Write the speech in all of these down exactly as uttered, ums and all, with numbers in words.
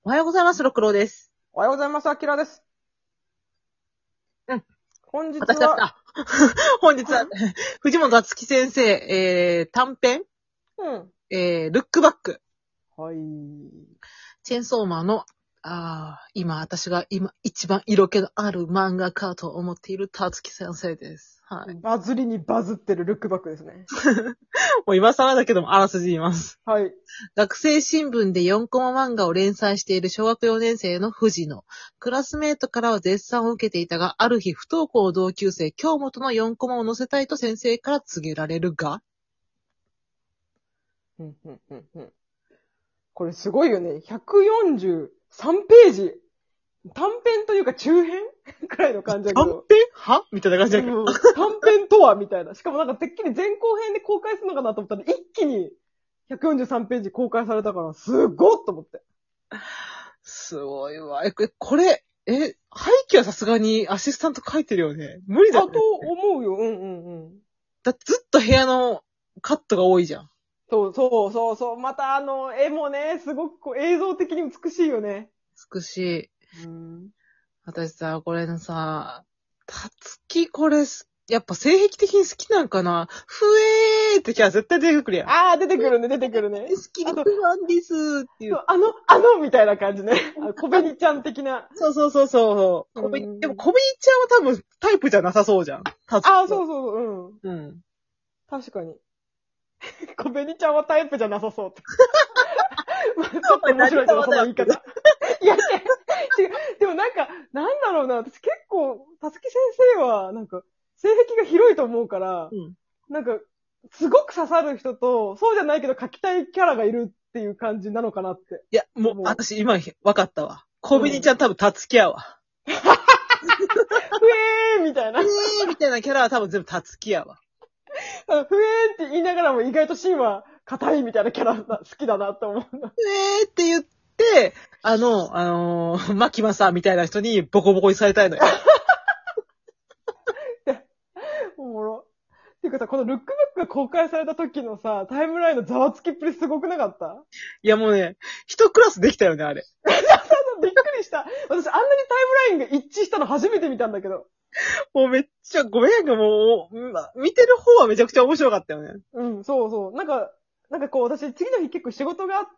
おはようございます、六郎です。 おはようございます、あきらです。 うん。 本日は、 私だった。本日は、藤本敦樹先生、えー、短編うん。 えー、ルックバック。 はい。 チェーンソーマンの、あー、今、私が今、一番色気のある漫画家と思っている敦樹先生です。はい。 バズりにバズってるルックバックですね。 もう今更だけども、あらすじ言います。 はい。 学生新聞でよんコマ漫画を連載している小学よねん生の藤野。クラスメートからは絶賛を受けていたが、ある日不登校同級生京本のよんコマを載せたいと先生から告げられるが、 うん、うん、うん、うん。これすごいよね。ひゃくよんじゅうさんページ。短編というか中編くらいの感じだけ短ど。 編はみたいな感じだけど。 うん、短編とはみたいな。しかもなんかてっきり前後編で公開するのかなと思ったら、一気にひゃくよんじゅうさんページ公開されたから、すごっと思って。 すごいわ。え、これ、え、背景はさすがにアシスタント書いてるよね。無理だよね。 あと思うよ。うんうんうん。 だってずっと部屋のカットが多いじゃん。 そうそうそうそう。またあの、絵もね、すごくこう映像的に美しいよね。 美しい。 うん。 私さ、これのさ、たつきこれ、やっぱ性癖的に好きなんかなふえーってキャラ絶対出てくるやん。 ああ、出てくるね、出てくるね。 好きで不安ですっていう。 あの、あの、みたいな感じね。あの小紅ちゃん的な。 そうそうそうそう。 うん小紅でも小紅ちゃんは多分タイプじゃなさそうじゃん。たつきああ、そうそうそう、うん。 うん。 確かに。小紅ちゃんはタイプじゃなさそうって。まあ、ちょっと面白いけど、その言い方。いや、違う、違う。でもなんか、なんだろうな。私結構、たつき先生は、なんか、性癖が広いと思うから、 うん。 なんか、すごく刺さる人と、そうじゃないけど描きたいキャラがいるっていう感じなのかなって。 いや、もう、 もう私今分かったわ。小紅ちゃん、うん、多分たつきやわ。 ふえーみたいな。 ふえーみたいなキャラは多分全部たつきやわ。 ふえーって言いながらも意外とシーンは硬いみたいなキャラ好きだなって思う。ふえーって言って、あの、あのー、マキマさんみたいな人にボコボコにされたいのよ。 おもろ。っていうかさ、このルックブックが公開された時のさ、タイムラインのざわつきっぷりすごくなかった？ いやもうね、一クラスできたよね、あれ。 びっくりした。私あんなにタイムラインが一致したの初めて見たんだけど。 もうめっちゃ、ごめんがもう、ま、見てる方はめちゃくちゃ面白かったよね。 うん、そうそう。なんか、なんかこう私次の日結構仕事があって、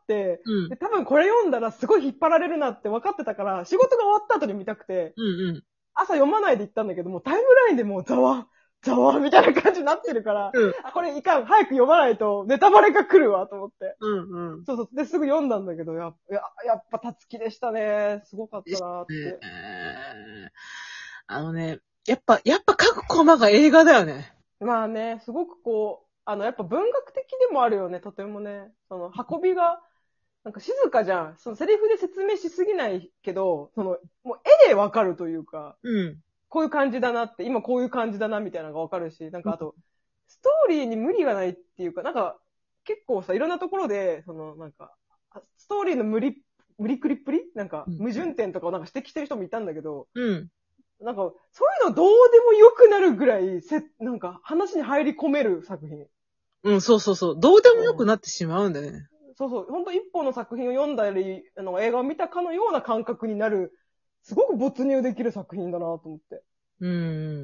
うん。 で多分これ読んだらすごい引っ張られるなって分かってたから、仕事が終わった後に見たくて、 うんうん。 朝読まないで行ったんだけども、タイムラインでもうざわ、ざわみたいな感じになってるから、 うん。 あ、これいかん、早く読まないとネタバレが来るわと思って。 うんうん。 そうそう。で、すぐ読んだんだけど、や、や、やっぱたつきでしたね。すごかったなーって。 えー、あのね、やっぱ、やっぱ各コマが映画だよね。 まあね、すごくこう、あの、やっぱ文学的でもあるよね、とてもね。その、運びが、なんか静かじゃん。そのセリフで説明しすぎないけど、その、もう絵でわかるというか、 うん。 こういう感じだなって、今こういう感じだなみたいなのがわかるし、なんかあと、ストーリーに無理がないっていうか、なんか、結構さ、いろんなところで、その、なんか、ストーリーの無理、無理くりっぷりなんか、矛盾点とかをなんか指摘してる人もいたんだけど、 うん。 なんか、そういうのどうでもよくなるぐらい、せ、なんか、話に入り込める作品。 うん、そうそうそう。どうでもよくなってしまうんだよね。 そうそう。ほんと一本の作品を読んだり、あの、映画を見たかのような感覚になる、すごく没入できる作品だなと思って。 うん。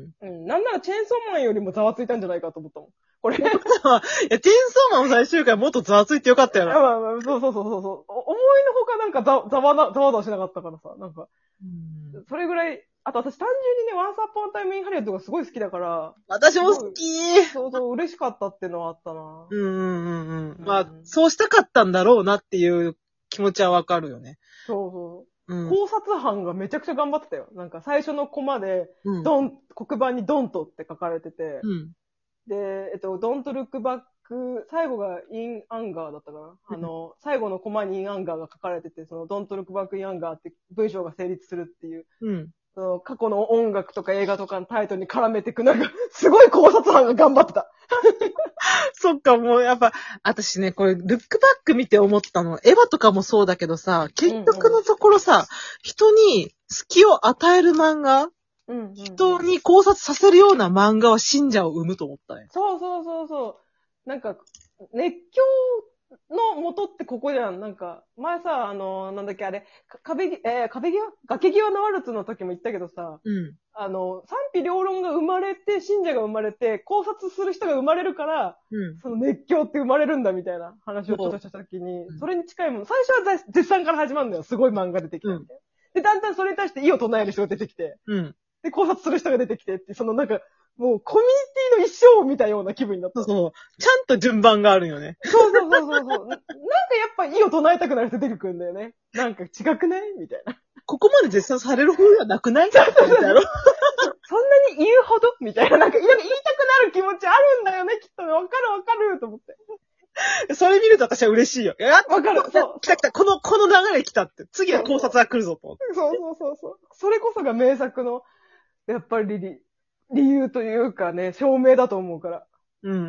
うん。なんならチェーンソーマンよりもざわついたんじゃないかと思ったもん。これ。いや、 いや、チェーンソーマンの最終回もっとざわついてよかったよな。 まあまあ、そうそうそうそうそう。思いのほかなんかざ、ざわな、ざわざわしなかったからさ。なんか、 うん、 それぐらい、あと私単純にね、ワンサーポンタイムインハリウッドがすごい好きだから、 私も好き。 そうそう、嬉しかったっていうのはあったな。 うんうんうんうん。 うん、 まあ、そうしたかったんだろうなっていう気持ちはわかるよね。 そうそう。 うん、 考察班がめちゃくちゃ頑張ってたよ。なんか最初のコマで、 うん、 ドン、黒板にドンとって書かれてて、 うん、 で、えっと、ドントルックバック、最後がインアンガーだったかな、あの、最後のコマにインアンガーが書かれてて、そのドントルックバックインアンガーって文章が成立するっていう、 うん。 その過去の音楽とか映画とかのタイトルに絡めていく、なんか、すごい考察班が頑張ってた。 そっか、もうやっぱ、私ね、これ、ルックバック見て思ったの。エヴァとかもそうだけどさ、結局のところさ、うんうん、人に隙を与える漫画、うんうんうん、人に考察させるような漫画は信者を生むと思ったね。 そうそうそうそう。なんか、熱狂の元ってここじゃん。なんか、前さ、あの、なんだっけ、あれ、か壁ぎ、えー壁際崖際のワルツの時も言ったけどさ、 うん。 あの、賛否両論が生まれて、信者が生まれて、考察する人が生まれるから、 うん。 その熱狂って生まれるんだみたいな話をちょっとした時に、 うんそれに近いもの、最初は絶賛から始まるんだよ。すごい漫画出てきたみたいな。で、だんだんそれに対して異を唱える人が出てきて、 うん。 で、考察する人が出てきてって、そのなんか、もうコミュニティの一生を見たような気分になった。 そうそう。ちゃんと順番があるよね。 そうそうそうそうそう。ななんかやっぱ異を唱えたくなる人出てくるんだよね。なんか違くないみたいな。 ここまで絶賛される方ではなくないそうそうそう。 そんなに言うほどみたいな。なんか言いたくなる気持ちあるんだよね、きっとね。わかるわかると思って。 それ見ると私は嬉しいよ。やわかる。そう。 来た来た。この、この流れ来たって。次は考察が来るぞと。 そうそうそうそう。それこそが名作の、やっぱり理、理由というかね、証明だと思うから。 うんうんうん。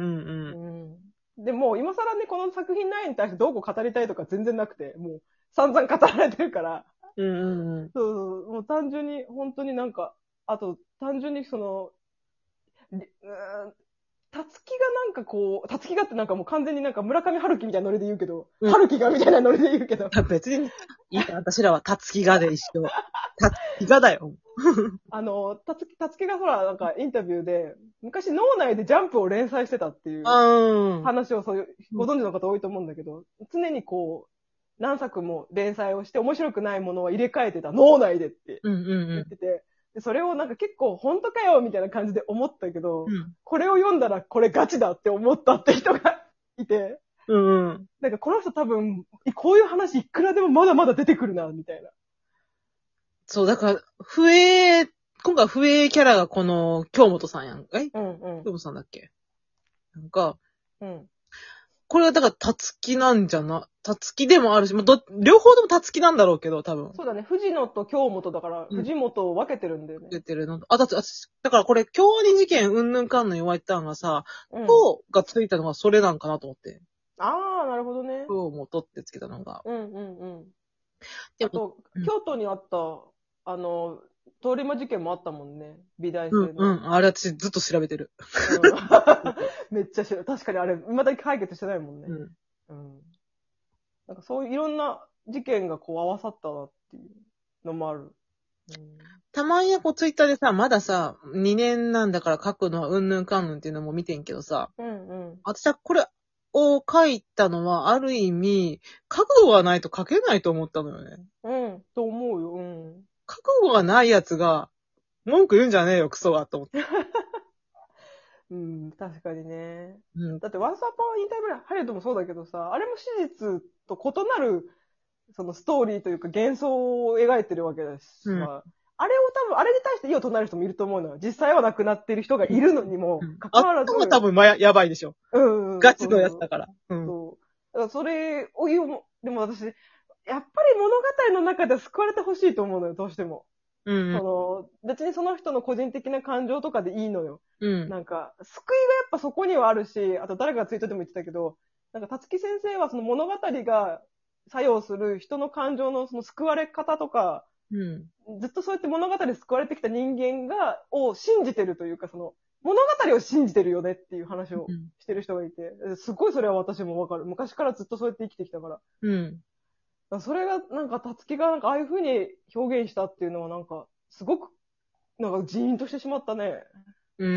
うん、で、もう今更ね、この作品内に対してどうこう語りたいとか全然なくて、もう散々語られてるから。 うんうんうん。 そうそう。もう単純に、本当になんか、あと、単純にその、うーん、たつきがなんかこう、たつきがってなんかもう完全になんか村上春樹みたいなノリで言うけど、 うん、 春樹がみたいなノリで言うけど。 別に、いいか、私らはたつきがで一緒。たつきがだよ。 あの、たつき、たつきがほら、なんかインタビューで、昔脳内でジャンプを連載してたっていう話をそういう、ご存知の方多いと思うんだけど、常にこう、何作も連載をして面白くないものは入れ替えてた、脳内でって言ってて、でそれをなんか結構本当かよみたいな感じで思ったけど、うん、これを読んだらこれガチだって思ったって人がいて、 うんうん、 なんかこの人多分、こういう話いくらでもまだまだ出てくるな、みたいな。 そう、だから、不衛、今回不衛キャラがこの京本さんやんかい、 うんうん、 京本さんだっけなんか、 うん、 これはだからたつきなんじゃな、たつきでもあるし、まあ、ど両方ともたつきなんだろうけど、多分。 そうだね。藤野と京本だから、藤本を分けてるんだよね。 分けてるの。あ、だって、だからこれ、京アニ事件うんぬんかんぬん言われたのがさ、うん、とがついたのがそれなんかなと思って。 ああ、なるほどね。 京本ってつけたのが。 うんうんうん。あと、うん、京都にあった、あの、通り魔事件もあったもんね。美大生の。 うん、うん。あれ私ずっと調べてる。 うん、めっちゃ調べ確かにあれ、未だに解決してないもんね。 うんうん、なんかそういういろんな事件がこう合わさったなっていうのもある。うん、 たまにこうツイッターでさ、まださ、にねんなんだから書くのはうんぬんかんぬんっていうのも見てんけどさ、 うんうん、 私はこれを書いたのはある意味、覚悟がないと書けないと思ったのよね。 うん、と思うよ。うん。 覚悟がないやつが、文句言うんじゃねえよ、クソが、と思って。 うん、確かにね。 うん、 だって、ワンサーパーインタイムハリウッドもそうだけどさ、あれも史実と異なる、そのストーリーというか幻想を描いてるわけだし、うん、あれを多分、あれに対して異を唱える人もいると思うのよ。実際は亡くなっている人がいるのにも、かかわらず。 あっ多分まや、やばいでしょ。 うん、うん。 ガチのやつだから。 うん。そう。だからそれを言う、でも私、やっぱり物語の中で救われてほしいと思うのよ、どうしても。うん、うん。その、別にその人の個人的な感情とかでいいのよ。うん。なんか、救いがやっぱそこにはあるし、あと誰かがツイートでも言ってたけど、なんか、たつき先生はその物語が作用する人の感情のその救われ方とか、うん、ずっとそうやって物語で救われてきた人間が、を信じてるというか、その、物語を信じてるよねっていう話をしてる人がいて、うん、すごいそれは私もわかる。昔からずっとそうやって生きてきたから。うん。それが、なんか、たつきがなんか、ああいう風に表現したっていうのはなんか、すごく、なんか、ジーンとしてしまったね。 うん。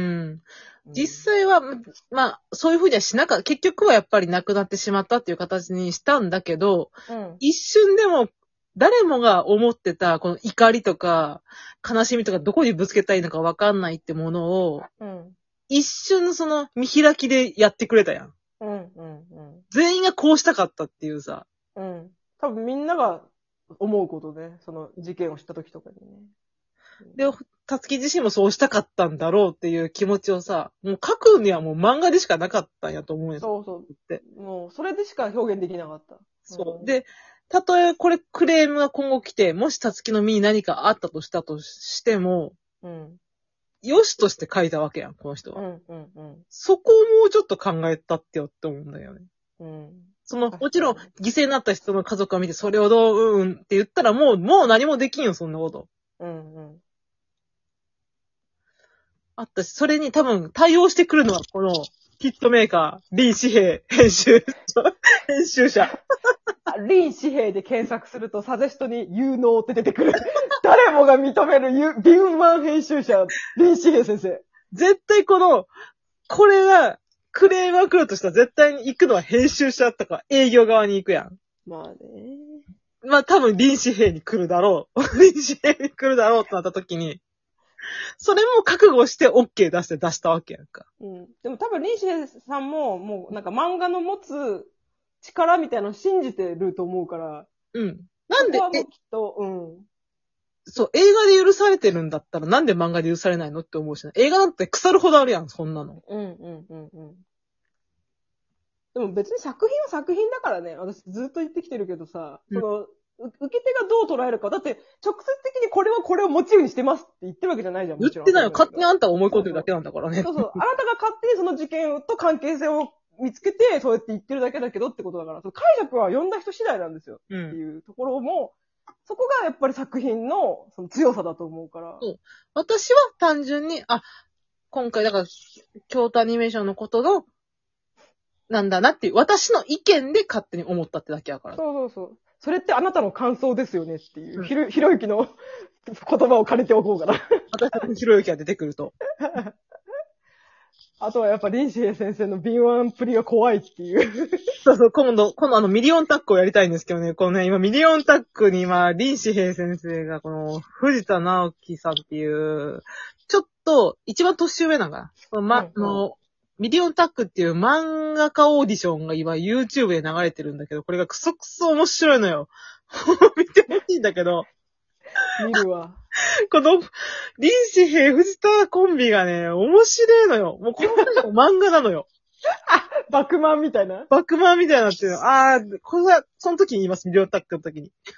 実際は、まあ、そういう風にはしなかった。結局はやっぱり亡くなってしまったっていう形にしたんだけど、うん、一瞬でも、誰もが思ってた、この怒りとか、悲しみとか、どこにぶつけたらいいのか分かんないってものを、うん、一瞬その見開きでやってくれたやん。うんうんうん、全員がこうしたかったっていうさ。 うん。多分みんなが思うことね。その事件を知った時とかにね。 で、たつき自身もそうしたかったんだろうっていう気持ちをさ、もう書くにはもう漫画でしかなかったんやと思うんや。 そうそう。って。もう、それでしか表現できなかった。 そう。うん、で、たとえこれクレームが今後来て、もしたつきの身に何かあったとしたとしても、うん。よしとして書いたわけやん、この人は。うんうんうん。そこをもうちょっと考えたってよって思うんだよね。うん。その、もちろん、犠牲になった人の家族が見て、それをどう、うんって言ったら、もう、もう何もできんよ、そんなこと。うんうん。あったし、それに多分対応してくるのは、この、 キットメーカー、林志平、編集、編集者。 林志平で検索するとサジェストに有能って出てくる。誰もが認めるゆ敏腕編集者、林志平先生。 絶対この、これが、クレームが来るとしたら絶対に行くのは編集者とか営業側に行くやん。 まあね。 まあ多分林志平に来るだろう。林志平に来るだろうってなった時に、それも覚悟して OK 出して出したわけやんか。 うん。でも多分林志平さんも、もうなんか漫画の持つ力みたいなのを信じてると思うから。 うん。なんで、 そこはもうきっと、うん。 そう、映画で許されてるんだったらなんで漫画で許されないのって思うしな。映画なんて腐るほどあるやん、そんなの。 うんうんうんうん。でも別に作品は作品だからね。私ずっと言ってきてるけどさ、 うん、 その、受け手がどう捉えるか。だって、直接的にこれはこれをモチーフにしてますって言ってるわけじゃないじゃん、もちろん。 言ってないよ。勝手にあんたが思い込んでるだけなんだからね。 そうそう。あなたが勝手にその事件と関係性を見つけて、そうやって言ってるだけだけどってことだから、その解釈は読んだ人次第なんですよ。うん、っていうところも、そこがやっぱり作品のその強さだと思うから。 そう。私は単純に、あ、今回だから、京都アニメーションのことの、なんだなっていう、私の意見で勝手に思ったってだけやから。 そうそうそう。それってあなたの感想ですよねっていう、うん、ひろ、ひろゆきの言葉を借りておこうかな。 私のひろゆきが出てくると。 あとはやっぱ林志平先生の敏腕プリが怖いっていう。 そうそう、今度、今度あのミリオンタックをやりたいんですけどね、このね、今ミリオンタックに今、林志平先生がこの、藤田直樹さんっていう、ちょっと、一番年上なんかな。ま、うんうん、の、ミリオンタックっていう漫画家オーディションが今 YouTube で流れてるんだけど、これがクソクソ面白いのよ。見てほしいんだけど。 見るわ。 この、林志平藤田コンビがね、面白いのよ。もうこの人も漫画なのよ。 あ、バックマンみたいなバックマンみたいなっていうの。ああ、これは、その時に言います、ミリオンタックの時に。